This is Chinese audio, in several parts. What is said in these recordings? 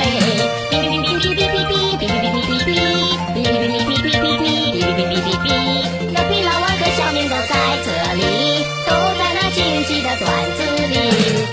有匹老王和小明都在这里，都在那惊喜的段子里。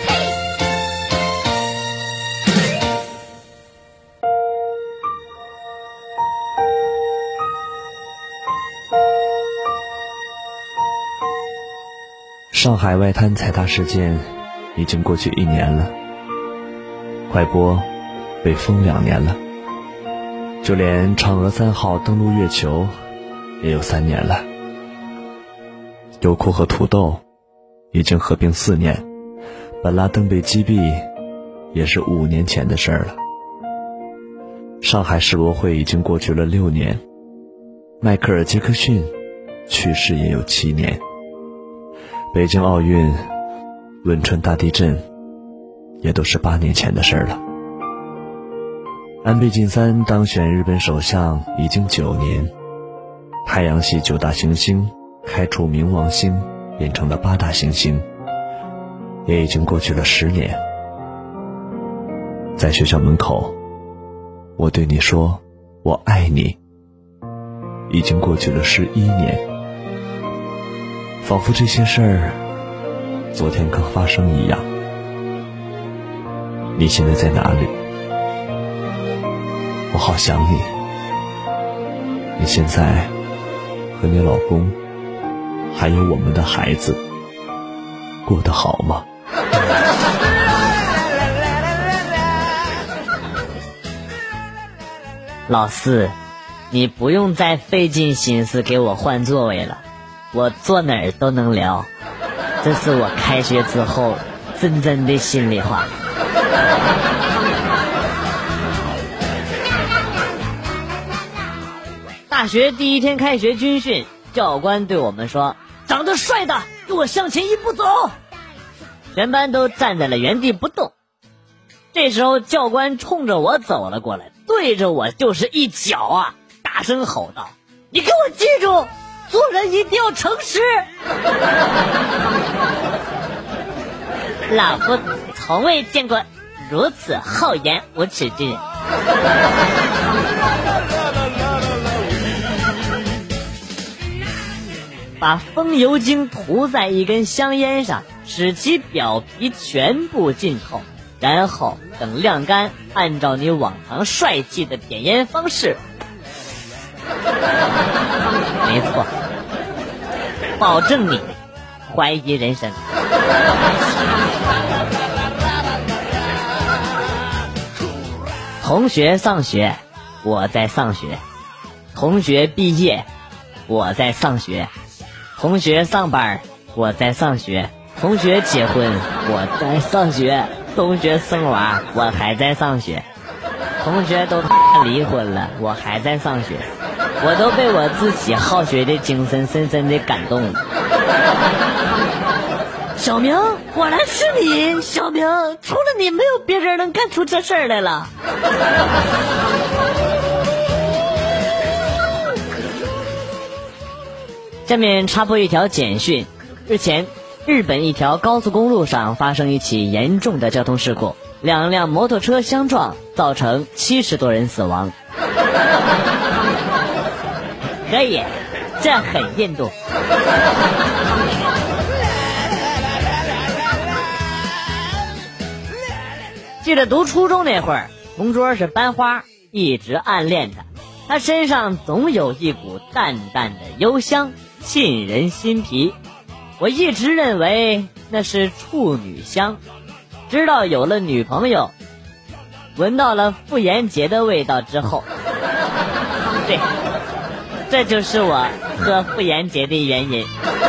上海外滩踩踏事件已经过去1年了，快播被封2年了，就连嫦娥3号登陆月球也有3年了。优酷和土豆已经合并4年，本拉登被击毙也是5年前的事儿了。上海世博会已经过去了6年，迈克尔·杰克逊去世也有7年。北京奥运、汶川大地震也都是8年前的事儿了。安倍晋三当选日本首相已经9年，太阳系9大行星开除冥王星变成了8大行星，也已经过去了10年。在学校门口，我对你说我爱你，已经过去了11年，仿佛这些事儿昨天刚发生一样。你现在在哪里？我好想你。你现在和你老公还有我们的孩子过得好吗？ 老四，你不用再费尽心思给我换座位了，我坐哪儿都能聊，这是我开学之后真正的心里话。大学第1天开学军训，教官对我们说，长得帅的给我向前1步走。全班都站在了原地不动。这时候教官冲着我走了过来，对着我就是一脚啊，大声吼道，你给我记住，做人一定要诚实。老夫从未见过如此厚颜无耻之人。把风油精涂在一根香烟上，使其表皮全部浸透，然后等晾干，按照你往常帅气的点烟方式，没错，保证你怀疑人生。同学上学，我在上学；同学毕业，我在上学；同学上班，我在上学；同学结婚，我在上学；同学生娃，我还在上学；同学都离婚了，我还在上学。我都被我自己好学的精神深深的感动了。小明，果然是你！小明，除了你，没有别人能干出这事儿来了。下面插播一条简讯：日前，日本一条高速公路上发生一起严重的交通事故，2辆摩托车相撞，造成70多人死亡。可以，这很印度。记得读初中那会儿，同桌是班花，一直暗恋他，他身上总有一股淡淡的幽香，沁人心脾。我一直认为那是处女香，直到有了女朋友，闻到了傅炎洁的味道之后，对，这就是我喝傅炎洁的原因。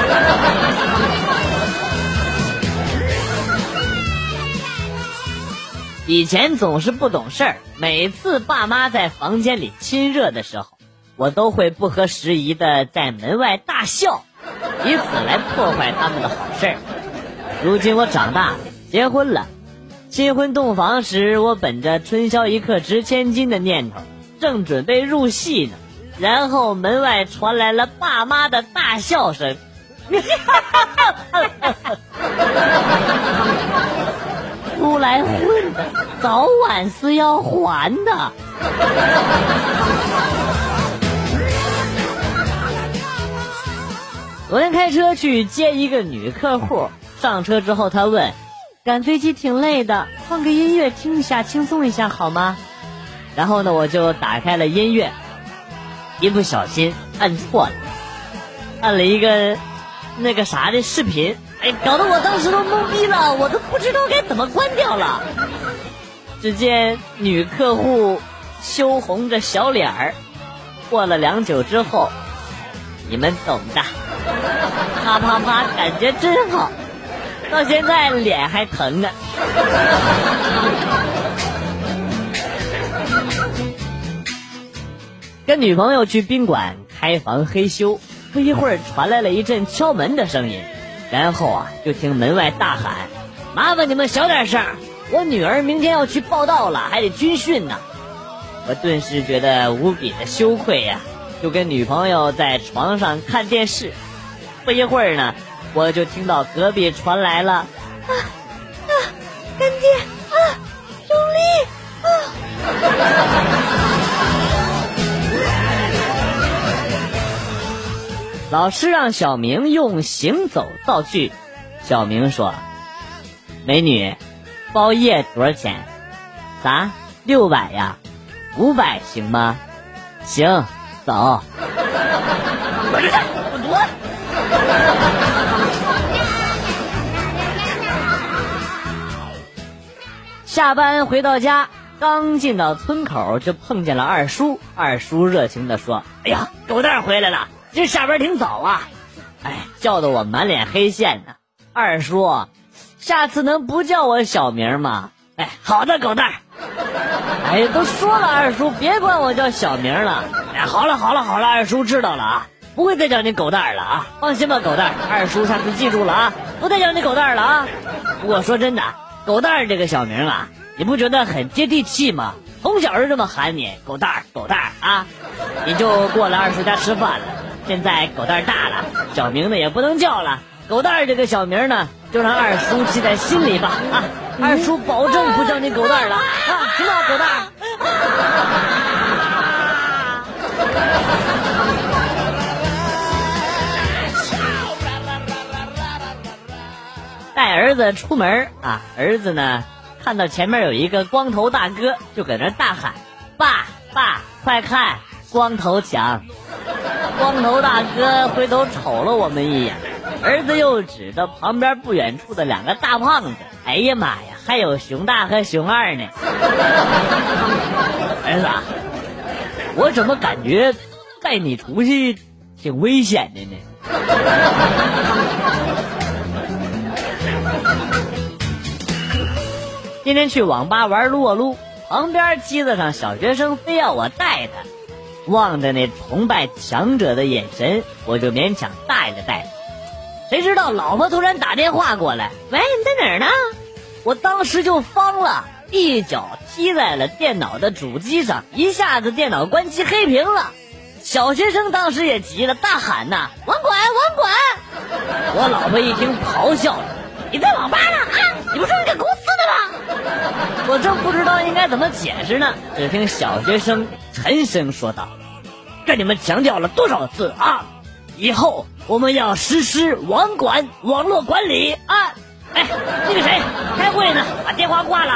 以前总是不懂事儿，每次爸妈在房间里亲热的时候，我都会不合时宜的在门外大笑，以此来破坏他们的好事儿。如今我长大结婚了，新婚洞房时，我本着春宵一刻值千金的念头，正准备入戏呢，然后门外传来了爸妈的大笑声。 出来混的，早晚是要还的。昨天开车去接一个女客户，上车之后她问，赶飞机挺累的，放个音乐听一下，轻松一下好吗？然后呢，我就打开了音乐，一不小心按错了，按了一个那个啥的视频，搞得我当时都懵逼了，我都不知道该怎么关掉了。只见女客户羞红着小脸儿，过了良久之后，你们懂的，啪啪啪，感觉真好，到现在脸还疼呢。跟女朋友去宾馆开房黑修，不一会儿传来了一阵敲门的声音，然后就听门外大喊，麻烦你们小点声，我女儿明天要去报到了，还得军训呢。我顿时觉得无比的羞愧呀，就跟女朋友在床上看电视。不一会儿呢，我就听到隔壁传来了干爹用力老师让小明用行走造句，小明说，美女，包夜多少钱？啥？600呀？500行吗？行，走。下班回到家，刚进到村口就碰见了二叔。二叔热情地说，哎呀，狗蛋回来了，这下班挺早啊。叫得我满脸黑线呢。二叔，下次能不叫我小名吗？好的，狗蛋。都说了，二叔别管我叫小名了。好了，二叔知道了啊，不会再叫你狗蛋了啊，放心吧，狗蛋，二叔下次记住了啊，不再叫你狗蛋了啊。不过说真的，狗蛋这个小名啊，你不觉得很接地气吗？从小就这么喊你，狗蛋啊。你就过来二叔家吃饭了，现在狗蛋大了，小名呢也不能叫了，狗蛋这个小名呢，就让二叔记在心里吧啊。二叔保证不叫你狗蛋了啊，听到狗蛋？带儿子出门啊，儿子呢看到前面有一个光头大哥，就搁那大喊，爸，快看，光头强。光头大哥回头瞅了我们一眼，儿子又指着旁边不远处的2个大胖子，哎呀妈呀，还有熊大和熊二呢。儿子，我怎么感觉带你出去挺危险的呢？今天去网吧玩撸啊撸，旁边机子上小学生非要我带他，望着那崇拜强者的眼神，我就勉强带了。谁知道老婆突然打电话过来，喂，你在哪儿呢？我当时就慌了，一脚踢在了电脑的主机上，一下子电脑关机黑屏了。小学生当时也急了，大喊呐，网管！我老婆一听咆哮了，你在网吧呢啊？你不是那个公司的吗？我正不知道应该怎么解释呢，只听小学生沉声说道，跟你们强调了多少次啊，以后我们要实施网管网络管理啊。那个谁开会呢，把电话挂了。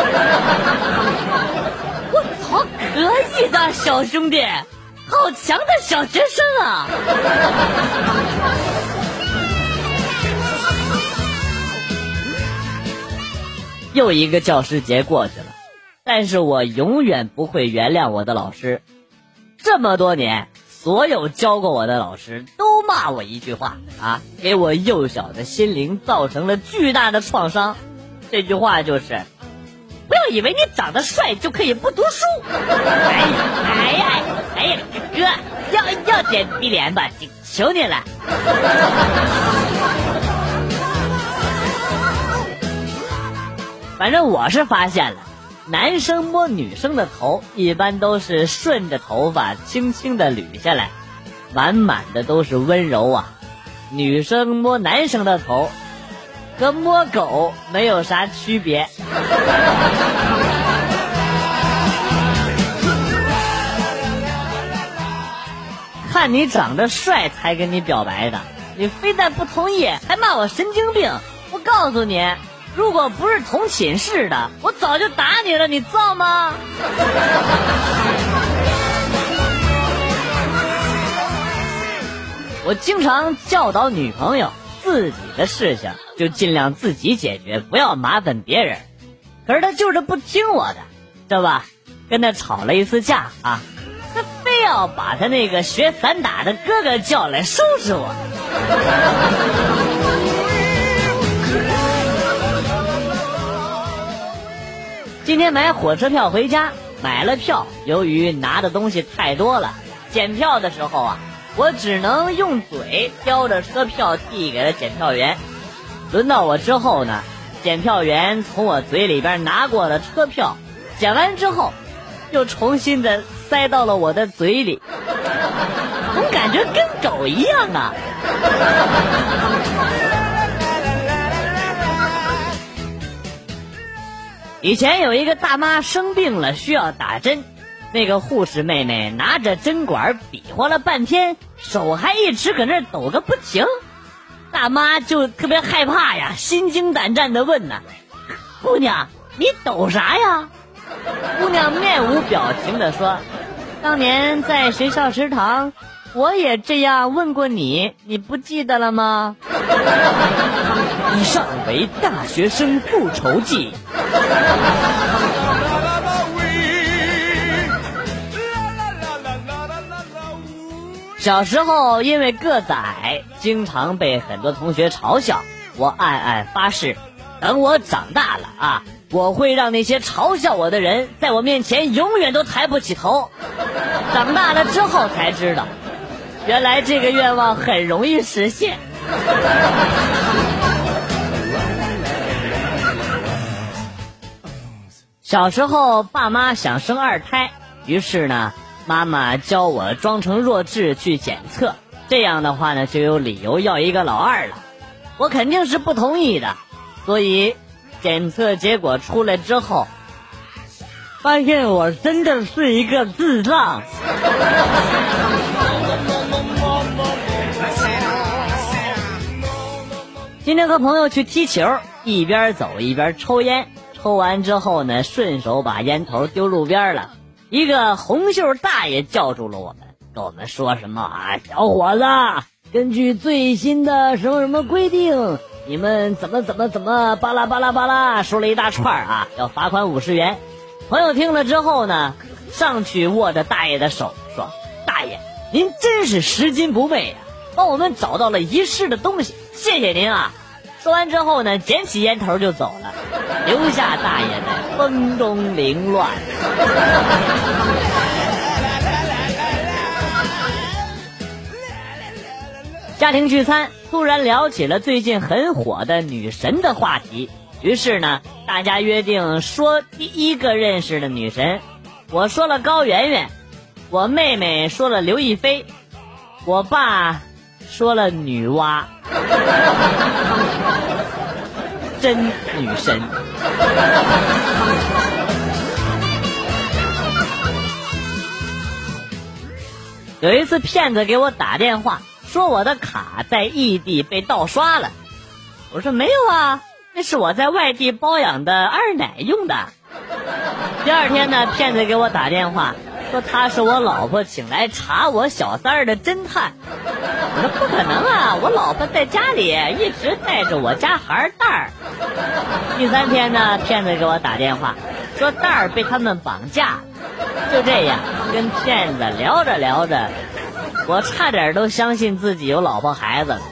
我操，可以的小兄弟，好强的小学生啊。又一个教师节过去了，但是我永远不会原谅我的老师。这么多年，所有教过我的老师都骂我一句话啊，给我幼小的心灵造成了巨大的创伤。这句话就是，不要以为你长得帅就可以不读书。哎呀，哥，要点鼻帘吧，求你了。反正我是发现了，男生摸女生的头一般都是顺着头发轻轻的捋下来，满满的都是温柔啊。女生摸男生的头和摸狗没有啥区别。看你长得帅才跟你表白的，你非但不同意，还骂我神经病。我告诉你，如果不是同寝室的，我早就打你了，你造吗？我经常教导女朋友，自己的事情就尽量自己解决，不要麻烦别人。可是她就是不听我的，知道吧？跟她吵了一次架啊，她非要把她那个学散打的哥哥叫来收拾我。今天买火车票回家，买了票，由于拿的东西太多了，检票的时候啊，我只能用嘴叼着车票递给了检票员。轮到我之后呢，检票员从我嘴里边拿过了车票，检完之后又重新的塞到了我的嘴里，总感觉跟狗一样啊。以前有一个大妈生病了需要打针，那个护士妹妹拿着针管比划了半天，手还一直搁那抖个不停。大妈就特别害怕呀，心惊胆战地问呐：“姑娘，你抖啥呀？”姑娘面无表情地说：“当年在学校食堂，我也这样问过你，你不记得了吗？”以上为大学生复仇记。小时候因为个子矮，经常被很多同学嘲笑。我暗暗发誓，等我长大了啊，我会让那些嘲笑我的人在我面前永远都抬不起头。长大了之后才知道，原来这个愿望很容易实现。小时候爸妈想生二胎，于是呢妈妈教我装成弱智去检测，这样的话呢就有理由要一个老二了。我肯定是不同意的，所以检测结果出来之后，发现我真的是一个智障。今天和朋友去踢球，一边走一边抽烟，抽完之后呢顺手把烟头丢路边了。一个红袖大爷叫住了我们，跟我们说什么啊，小伙子，根据最新的什么什么规定，你们怎么巴拉巴拉巴拉，说了一大串啊，要罚款50元。朋友听了之后呢，上去握着大爷的手说：“大爷，您真是拾金不昧啊，帮我们找到了遗失的东西，谢谢您啊。”说完之后呢，捡起烟头就走了，留下大爷在风中凌乱。家庭聚餐突然聊起了最近很火的女神的话题，于是呢大家约定说第一个认识的女神。我说了高圆圆，我妹妹说了刘亦菲，我爸说了女娲。真女神。有一次骗子给我打电话，说我的卡在异地被盗刷了。我说没有啊，那是我在外地包养的二奶用的。第二天呢，骗子给我打电话，说他是我老婆请来查我小三儿的侦探。我说不可能啊，我老婆在家里一直带着我家孩儿蛋儿。第三天呢，骗子给我打电话，说蛋儿被他们绑架了。就这样跟骗子聊着聊着，我差点都相信自己有老婆孩子了。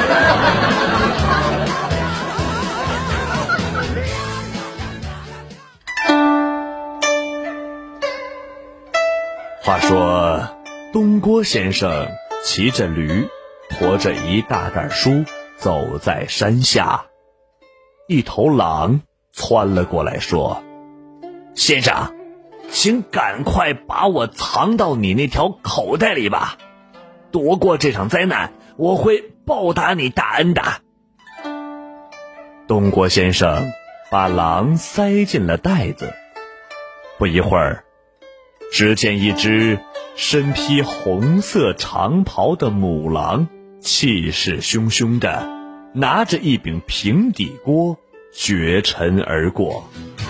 话说东郭先生骑着驴，驮着一大袋书，走在山下。一头狼窜了过来说：“先生，请赶快把我藏到你那条口袋里吧，躲过这场灾难，我会报答你大恩的。” 东郭先生把狼塞进了袋子。不一会儿，只见一只身披红色长袍的母狼，气势汹汹地拿着一柄平底锅绝尘而过。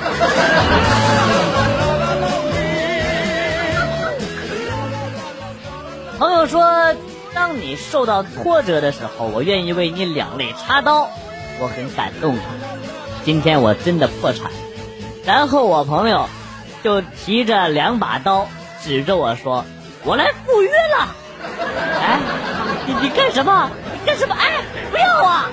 朋友说，当你受到挫折的时候，我愿意为你两肋插刀，我很感动啊。今天我真的破产，然后我朋友就提着2把刀指着我说，我来赴约了。哎，你干什么？你干什么？哎，不要啊！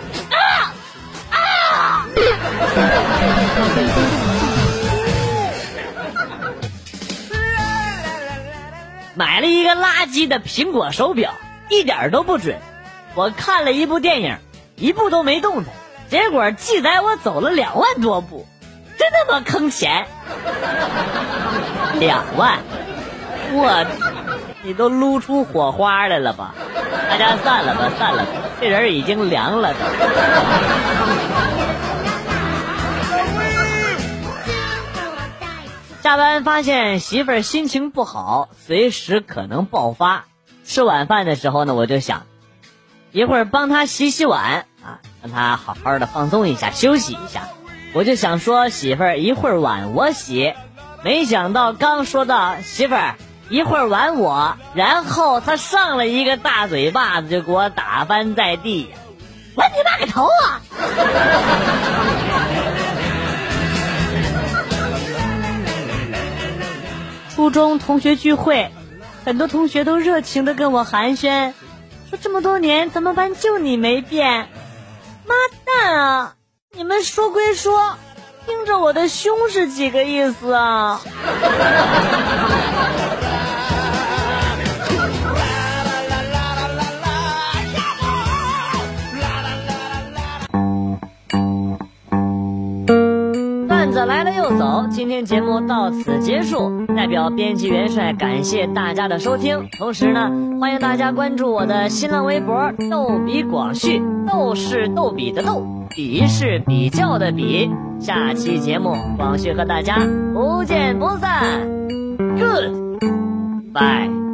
买了一个垃圾的苹果手表，一点都不准。我看了一部电影，一部都没动弹，结果记载我走了2万多步，真他妈坑钱！2万，你都撸出火花来了吧？大家散了吧，散了吧，这人已经凉了的。下班发现媳妇儿心情不好，随时可能爆发。吃晚饭的时候呢，我就想一会儿帮她洗洗碗啊，让她好好的放松一下，休息一下。我就想说媳妇儿一会儿碗我洗，没想到刚说到媳妇儿一会儿碗我，然后她上了一个大嘴巴子就给我打翻在地呀！我你妈个头啊！初中同学聚会，很多同学都热情地跟我寒暄，说这么多年咱们班就你没变。妈蛋啊，你们说归说，听着我的胸是几个意思啊？段子来了又走，今天节目到此结束，代表编辑元帅感谢大家的收听，同时呢，欢迎大家关注我的新浪微博逗比广旭，逗是逗比的逗，比是比较的比。下期节目广旭和大家不见不散 ，Goodbye。